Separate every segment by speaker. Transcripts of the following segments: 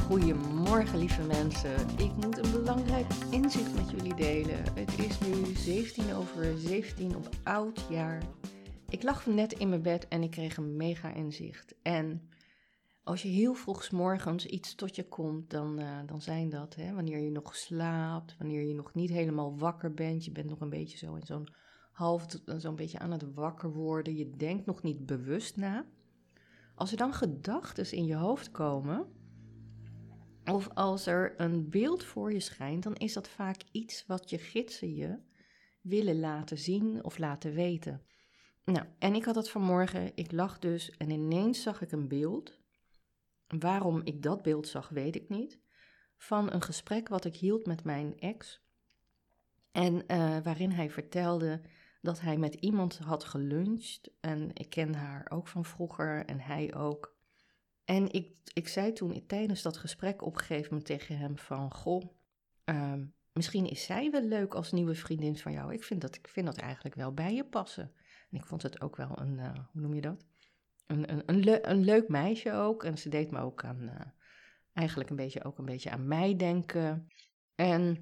Speaker 1: Goedemorgen lieve mensen, ik moet een belangrijk inzicht met jullie delen. Het is nu 17 op oudjaar. Ik lag net in mijn bed en ik kreeg een mega inzicht. En als je heel vroeg 's morgens iets tot je komt, dan zijn dat, wanneer je nog slaapt, wanneer je nog niet helemaal wakker bent. Je bent nog een beetje zo in zo'n beetje aan het wakker worden. Je denkt nog niet bewust na. Als er dan gedachten in je hoofd komen, of als er een beeld voor je schijnt, dan is dat vaak iets wat je gidsen je willen laten zien of laten weten. Nou, en ik had het vanmorgen, ik lag dus en ineens zag ik een beeld. Waarom ik dat beeld zag, weet ik niet. Van een gesprek wat ik hield met mijn ex. En waarin hij vertelde dat hij met iemand had geluncht. En ik kende haar ook van vroeger en hij ook. En ik zei toen tijdens dat gesprek op een gegeven moment tegen hem van, goh, misschien is zij wel leuk als nieuwe vriendin van jou. Ik vind dat eigenlijk wel bij je passen. En ik vond het ook wel hoe noem je dat? Een leuk meisje ook. En ze deed me ook eigenlijk een beetje aan mij denken. En,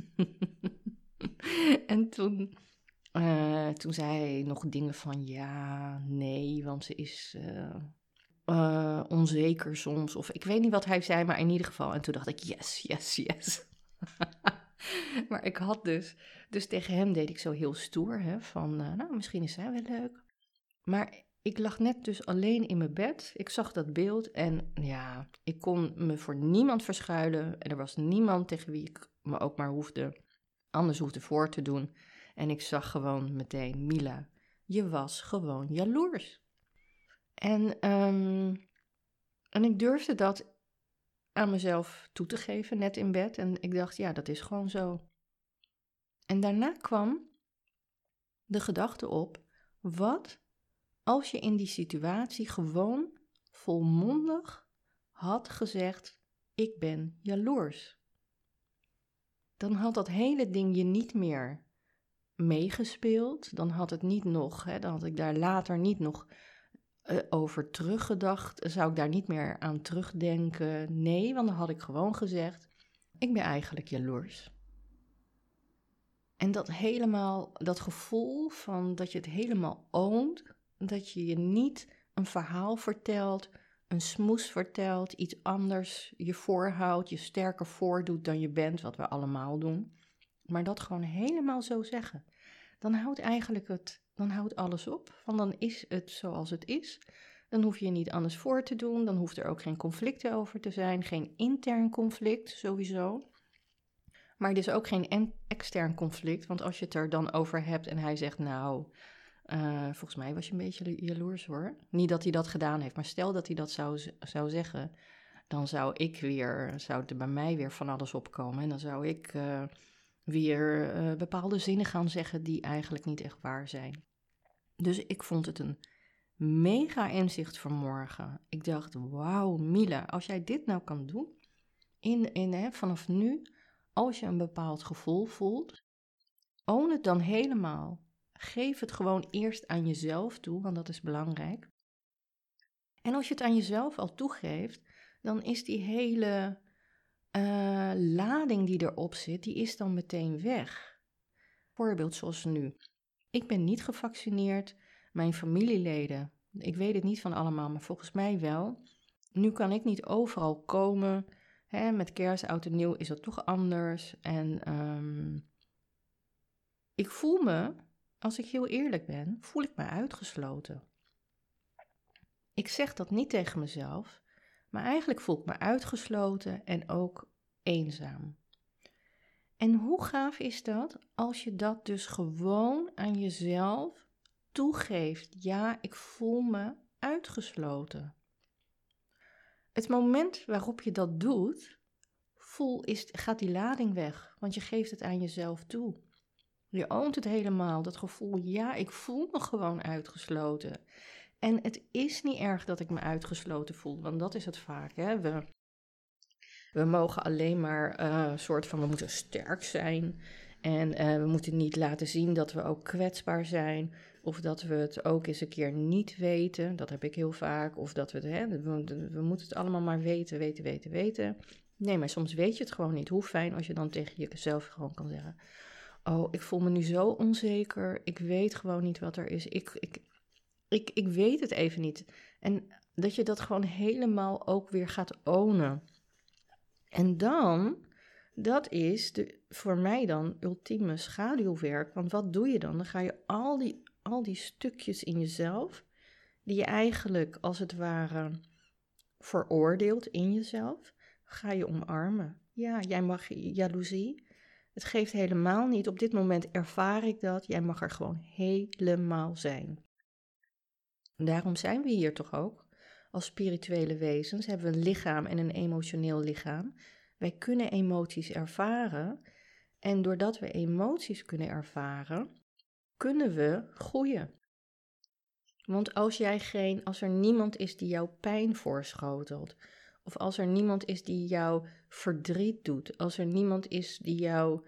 Speaker 1: en toen zei hij nog dingen van ja, nee, want ze is onzeker soms. Of ik weet niet wat hij zei, maar in ieder geval. En toen dacht ik, yes. Maar ik had dus tegen hem deed ik zo heel stoer, van nou, misschien is zij wel leuk. Maar ik lag net dus alleen in mijn bed. Ik zag dat beeld en ja, ik kon me voor niemand verschuilen. En er was niemand tegen wie ik me ook maar anders hoefde voor te doen. En ik zag gewoon meteen, Mila, je was gewoon jaloers. En ik durfde dat aan mezelf toe te geven, net in bed. En ik dacht, ja, dat is gewoon zo. En daarna kwam de gedachte op, wat als je in die situatie gewoon volmondig had gezegd, ik ben jaloers. Dan had dat hele ding je niet meer meegespeeld. Dan had het niet nog, dan had ik daar later niet nog over teruggedacht. Zou ik daar niet meer aan terugdenken? Nee, want dan had ik gewoon gezegd, ik ben eigenlijk jaloers. En dat gevoel van dat je het helemaal oont, dat je je niet een verhaal vertelt, een smoes vertelt, iets anders je voorhoudt, je sterker voordoet dan je bent, wat we allemaal doen. Maar dat gewoon helemaal zo zeggen. Dan houdt alles op, want dan is het zoals het is. Dan hoef je je niet anders voor te doen, dan hoeft er ook geen conflicten over te zijn, geen intern conflict sowieso. Maar er is ook geen extern conflict, want als je het er dan over hebt en hij zegt, nou, volgens mij was je een beetje jaloers hoor. Niet dat hij dat gedaan heeft, maar stel dat hij dat zou zeggen, dan zou er bij mij weer van alles opkomen. En dan zou ik weer bepaalde zinnen gaan zeggen die eigenlijk niet echt waar zijn. Dus ik vond het een mega inzicht vanmorgen. Ik dacht, wauw Mila, als jij dit nou kan doen, vanaf nu, als je een bepaald gevoel voelt, own het dan helemaal. Geef het gewoon eerst aan jezelf toe, want dat is belangrijk. En als je het aan jezelf al toegeeft, dan is die hele lading die erop zit, die is dan meteen weg. Voorbeeld zoals nu. Ik ben niet gevaccineerd, mijn familieleden, ik weet het niet van allemaal, maar volgens mij wel. Nu kan ik niet overal komen. Met kerst, oud en nieuw is dat toch anders. En ik voel me, als ik heel eerlijk ben, voel ik me uitgesloten. Ik zeg dat niet tegen mezelf, maar eigenlijk voel ik me uitgesloten en ook eenzaam. En hoe gaaf is dat als je dat dus gewoon aan jezelf toegeeft? Ja, ik voel me uitgesloten. Het moment waarop je dat doet, gaat die lading weg, want je geeft het aan jezelf toe. Je oont het helemaal, dat gevoel, ja, ik voel me gewoon uitgesloten. En het is niet erg dat ik me uitgesloten voel, want dat is het vaak. We mogen alleen maar we moeten sterk zijn En we moeten niet laten zien dat we ook kwetsbaar zijn. Of dat we het ook eens een keer niet weten. Dat heb ik heel vaak. Of dat we moeten het allemaal maar weten. Nee, maar soms weet je het gewoon niet. Hoe fijn als je dan tegen jezelf gewoon kan zeggen: oh, ik voel me nu zo onzeker. Ik weet gewoon niet wat er is. Ik weet het even niet. En dat je dat gewoon helemaal ook weer gaat ownen. En dan, dat is voor mij dan ultieme schaduwwerk. Want wat doe je dan? Dan ga je al die stukjes in jezelf, die je eigenlijk als het ware veroordeelt in jezelf, ga je omarmen. Ja, jij mag jaloezie. Het geeft helemaal niet. Op dit moment ervaar ik dat. Jij mag er gewoon helemaal zijn. Daarom zijn we hier toch ook. Als spirituele wezens hebben we een lichaam en een emotioneel lichaam. Wij kunnen emoties ervaren. En doordat we emoties kunnen ervaren, kunnen we groeien. Want als er niemand is die jou pijn voorschotelt, of als er niemand is die jou verdriet doet, als er niemand is die jou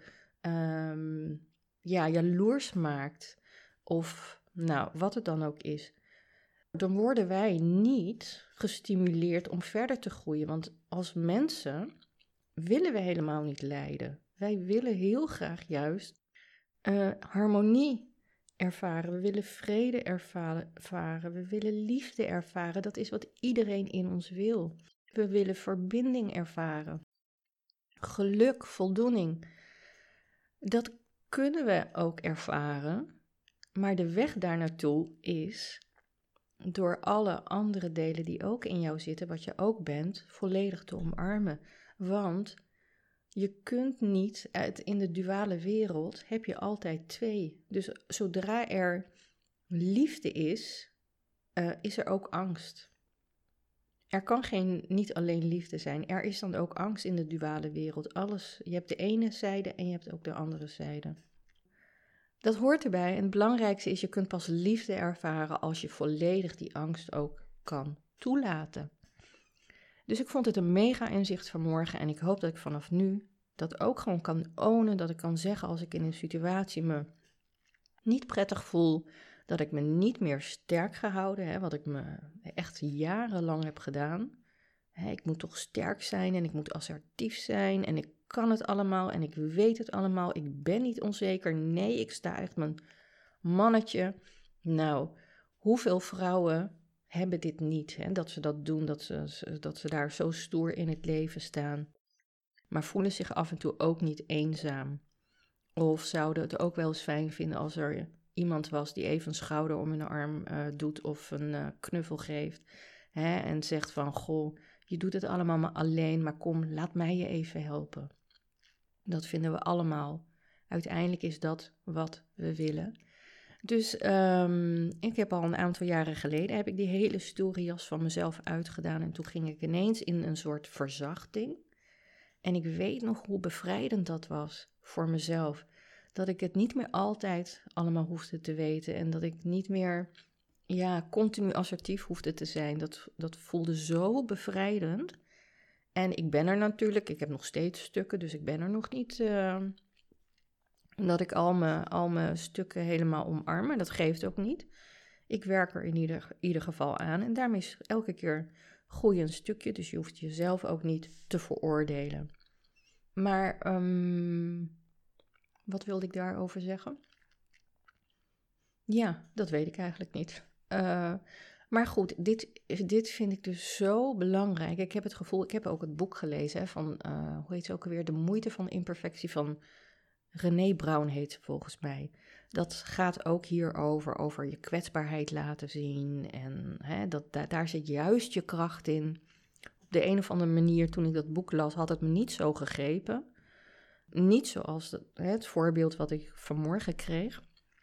Speaker 1: jaloers maakt, of nou, wat het dan ook is, dan worden wij niet gestimuleerd om verder te groeien. Want als mensen willen we helemaal niet lijden. Wij willen heel graag juist harmonie ervaren. We willen vrede ervaren. We willen liefde ervaren. Dat is wat iedereen in ons wil. We willen verbinding ervaren. Geluk, voldoening. Dat kunnen we ook ervaren. Maar de weg daar naartoe is door alle andere delen die ook in jou zitten, wat je ook bent, volledig te omarmen. Want je kunt niet, in de duale wereld heb je altijd twee. Dus zodra er liefde is, is er ook angst. Er kan niet alleen liefde zijn, er is dan ook angst in de duale wereld. Alles, je hebt de ene zijde en je hebt ook de andere zijde. Dat hoort erbij en het belangrijkste is, je kunt pas liefde ervaren als je volledig die angst ook kan toelaten. Dus ik vond het een mega inzicht vanmorgen en ik hoop dat ik vanaf nu dat ook gewoon kan ownen, dat ik kan zeggen als ik in een situatie me niet prettig voel, dat ik me niet meer sterk ga houden, wat ik me echt jarenlang heb gedaan. Ik moet toch sterk zijn en ik moet assertief zijn en ik kan het allemaal en ik weet het allemaal. Ik ben niet onzeker. Nee, ik sta echt mijn mannetje. Nou, hoeveel vrouwen hebben dit niet? Dat ze dat doen, dat ze daar zo stoer in het leven staan. Maar voelen zich af en toe ook niet eenzaam. Of zouden het ook wel eens fijn vinden als er iemand was die even een schouder om hun arm doet of een knuffel geeft. En zegt van, goh, je doet het allemaal maar alleen, maar kom, laat mij je even helpen. Dat vinden we allemaal. Uiteindelijk is dat wat we willen. Dus ik heb al een aantal jaren geleden, heb ik die hele stoere jas van mezelf uitgedaan. En toen ging ik ineens in een soort verzachting. En ik weet nog hoe bevrijdend dat was voor mezelf. Dat ik het niet meer altijd allemaal hoefde te weten. En dat ik niet meer continu assertief hoefde te zijn. Dat voelde zo bevrijdend. En ik ben er natuurlijk, ik heb nog steeds stukken, dus ik ben er nog niet dat ik al mijn stukken helemaal omarm. Maar dat geeft ook niet. Ik werk er in ieder geval aan. En daarmee is elke keer groei een stukje, dus je hoeft jezelf ook niet te veroordelen. Maar wat wilde ik daarover zeggen? Ja, dat weet ik eigenlijk niet. Maar goed, dit vind ik dus zo belangrijk. Ik heb het gevoel, ik heb ook het boek gelezen van, hoe heet ze ook alweer? De moeite van imperfectie van Brené Brown heet ze volgens mij. Dat gaat ook hierover, over je kwetsbaarheid laten zien. En daar zit juist je kracht in. Op de een of andere manier, toen ik dat boek las, had het me niet zo gegrepen. Niet zoals het voorbeeld wat ik vanmorgen kreeg.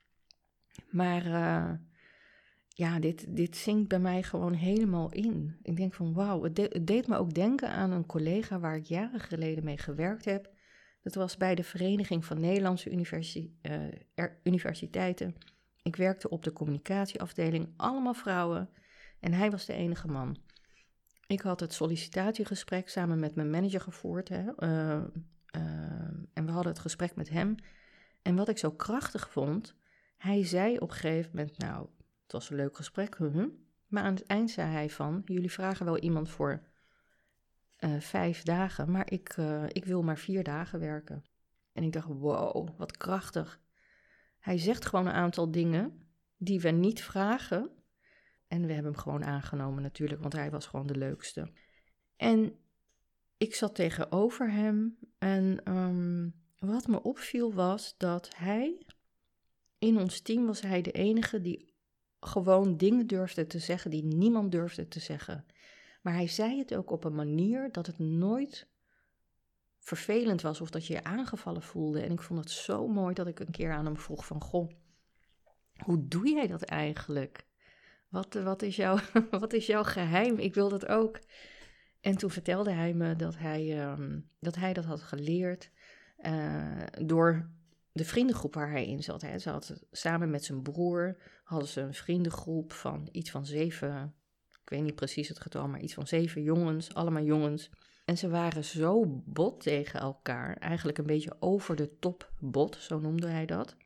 Speaker 1: Maar dit zinkt bij mij gewoon helemaal in. Ik denk van wauw, het deed me ook denken aan een collega waar ik jaren geleden mee gewerkt heb. Dat was bij de Vereniging van Nederlandse Universiteiten. Ik werkte op de communicatieafdeling, allemaal vrouwen. En hij was de enige man. Ik had het sollicitatiegesprek samen met mijn manager gevoerd. En we hadden het gesprek met hem. En wat ik zo krachtig vond, hij zei op een gegeven moment, nou, het was een leuk gesprek, maar aan het eind zei hij van, jullie vragen wel iemand voor 5 dagen, maar ik wil maar 4 dagen werken. En ik dacht, wow, wat krachtig. Hij zegt gewoon een aantal dingen die we niet vragen. En we hebben hem gewoon aangenomen natuurlijk, want hij was gewoon de leukste. En ik zat tegenover hem en wat me opviel was dat hij, in ons team was hij de enige die gewoon dingen durfde te zeggen die niemand durfde te zeggen. Maar hij zei het ook op een manier dat het nooit vervelend was of dat je je aangevallen voelde. En ik vond het zo mooi dat ik een keer aan hem vroeg van, goh, hoe doe jij dat eigenlijk? Wat is jouw geheim? Ik wil dat ook. En toen vertelde hij me dat hij dat had geleerd door de vriendengroep waar hij in zat. Ze had samen met zijn broer hadden ze een vriendengroep van iets van 7, ik weet niet precies het getal, maar iets van 7 jongens, allemaal jongens. En ze waren zo bot tegen elkaar, eigenlijk een beetje over de top bot, zo noemde hij dat,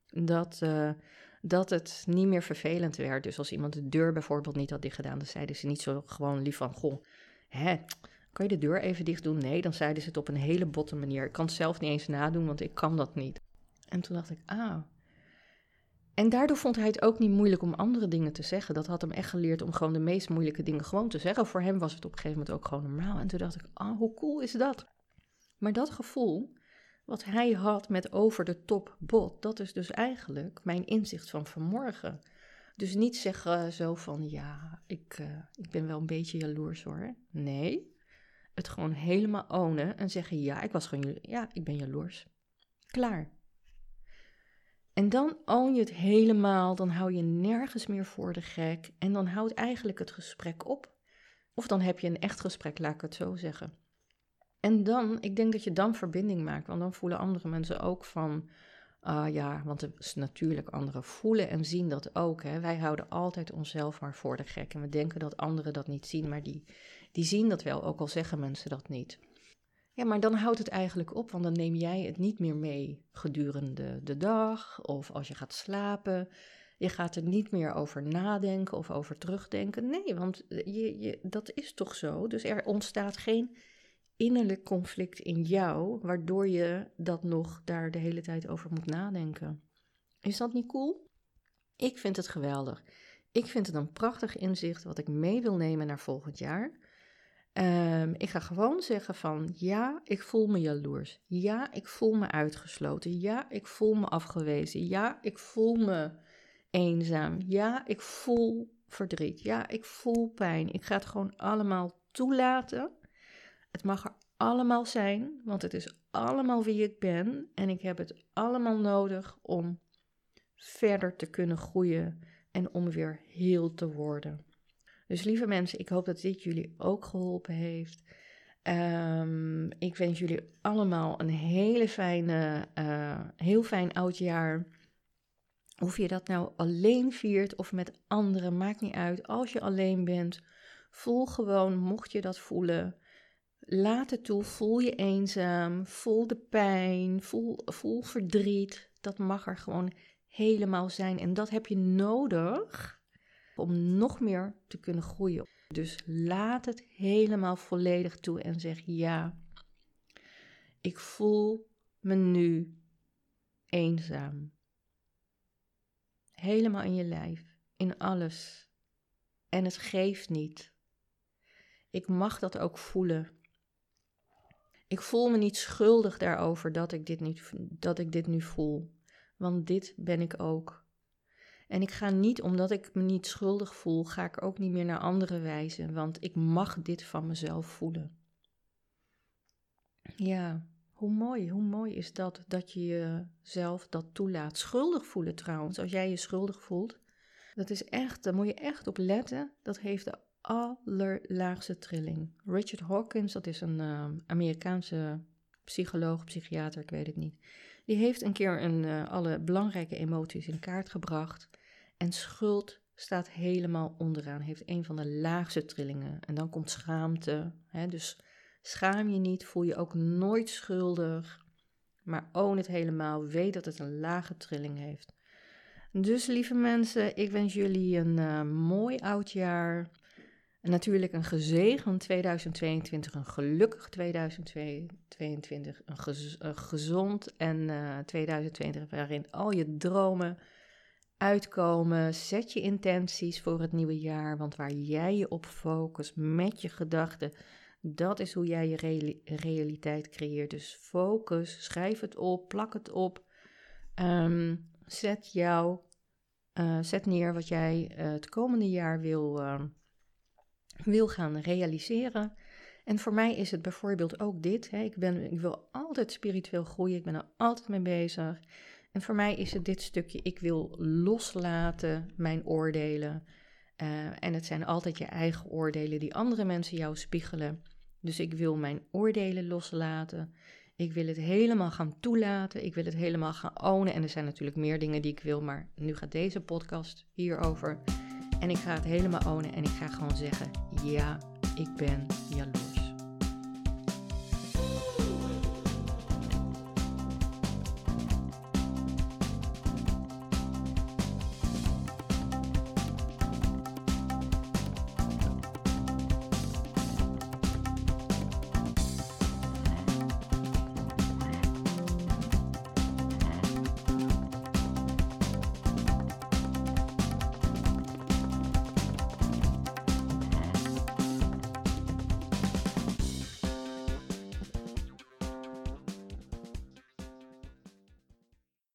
Speaker 1: dat het niet meer vervelend werd. Dus als iemand de deur bijvoorbeeld niet had dichtgedaan, dan zeiden ze niet zo gewoon lief van, goh, kan je de deur even dicht doen? Nee, dan zeiden ze het op een hele botte manier. Ik kan het zelf niet eens nadoen, want ik kan dat niet. En toen dacht ik, En daardoor vond hij het ook niet moeilijk om andere dingen te zeggen. Dat had hem echt geleerd om gewoon de meest moeilijke dingen gewoon te zeggen. Voor hem was het op een gegeven moment ook gewoon normaal. En toen dacht ik, hoe cool is dat? Maar dat gevoel wat hij had met over de top bot, dat is dus eigenlijk mijn inzicht van vanmorgen. Dus niet zeggen zo van, ja, ik ben wel een beetje jaloers hoor. Nee, het gewoon helemaal ownen en zeggen, ja, ik ben jaloers. Klaar. En dan own je het helemaal, dan hou je nergens meer voor de gek en dan houdt eigenlijk het gesprek op. Of dan heb je een echt gesprek, laat ik het zo zeggen. En dan, ik denk dat je dan verbinding maakt, want dan voelen andere mensen ook van, want het is natuurlijk, anderen voelen en zien dat ook. Hè. Wij houden altijd onszelf maar voor de gek en we denken dat anderen dat niet zien, maar die zien dat wel, ook al zeggen mensen dat niet. Ja, maar dan houdt het eigenlijk op, want dan neem jij het niet meer mee gedurende de dag of als je gaat slapen. Je gaat er niet meer over nadenken of over terugdenken. Nee, want dat is toch zo. Dus er ontstaat geen innerlijk conflict in jou, waardoor je dat nog daar de hele tijd over moet nadenken. Is dat niet cool? Ik vind het geweldig. Ik vind het een prachtig inzicht wat ik mee wil nemen naar volgend jaar. Ik ga gewoon zeggen van, ja, ik voel me jaloers. Ja, ik voel me uitgesloten. Ja, ik voel me afgewezen. Ja, ik voel me eenzaam. Ja, ik voel verdriet. Ja, ik voel pijn. Ik ga het gewoon allemaal toelaten. Het mag er allemaal zijn, want het is allemaal wie ik ben. En ik heb het allemaal nodig om verder te kunnen groeien en om weer heel te worden. Dus lieve mensen, ik hoop dat dit jullie ook geholpen heeft. Ik wens jullie allemaal een heel fijn oudjaar. Of je dat nou alleen viert of met anderen, maakt niet uit. Als je alleen bent, voel gewoon, mocht je dat voelen, laat het toe. Voel je eenzaam, voel de pijn, voel verdriet. Dat mag er gewoon helemaal zijn. En dat heb je nodig om nog meer te kunnen groeien. Dus laat het helemaal volledig toe en zeg ja, ik voel me nu eenzaam. Helemaal in je lijf, in alles. En het geeft niet. Ik mag dat ook voelen. Ik voel me niet schuldig daarover dat ik dit nu voel, want dit ben ik ook. En ik ga niet, omdat ik me niet schuldig voel, ga ik ook niet meer naar anderen wijzen, want ik mag dit van mezelf voelen. Ja, hoe mooi is dat je jezelf dat toelaat. Schuldig voelen trouwens, als jij je schuldig voelt, dat is echt, daar moet je echt op letten, dat heeft de allerlaagste trilling. Richard Hawkins, dat is een Amerikaanse psycholoog, psychiater, ik weet het niet. Die heeft een keer alle belangrijke emoties in kaart gebracht. En schuld staat helemaal onderaan, heeft een van de laagste trillingen. En dan komt schaamte, dus schaam je niet, voel je ook nooit schuldig. maar own het helemaal. Weet dat het een lage trilling heeft. Dus lieve mensen, ik wens jullie een mooi oudjaar. En natuurlijk een gezegend 2022, een gelukkig 2022, een gezond en 2022 waarin al je dromen uitkomen. Zet je intenties voor het nieuwe jaar, want waar jij je op focust met je gedachten, dat is hoe jij je realiteit creëert. Dus focus, schrijf het op, plak het op. Zet neer wat jij het komende jaar wil gaan realiseren. En voor mij is het bijvoorbeeld ook dit. Hè. Ik wil altijd spiritueel groeien. Ik ben er altijd mee bezig. En voor mij is het dit stukje. Ik wil loslaten mijn oordelen. En het zijn altijd je eigen oordelen die andere mensen jou spiegelen. Dus ik wil mijn oordelen loslaten. Ik wil het helemaal gaan toelaten. Ik wil het helemaal gaan ownen. En er zijn natuurlijk meer dingen die ik wil. Maar nu gaat deze podcast hierover. En ik ga het helemaal ownen. En ik ga gewoon zeggen, ja, ik ben jaloers.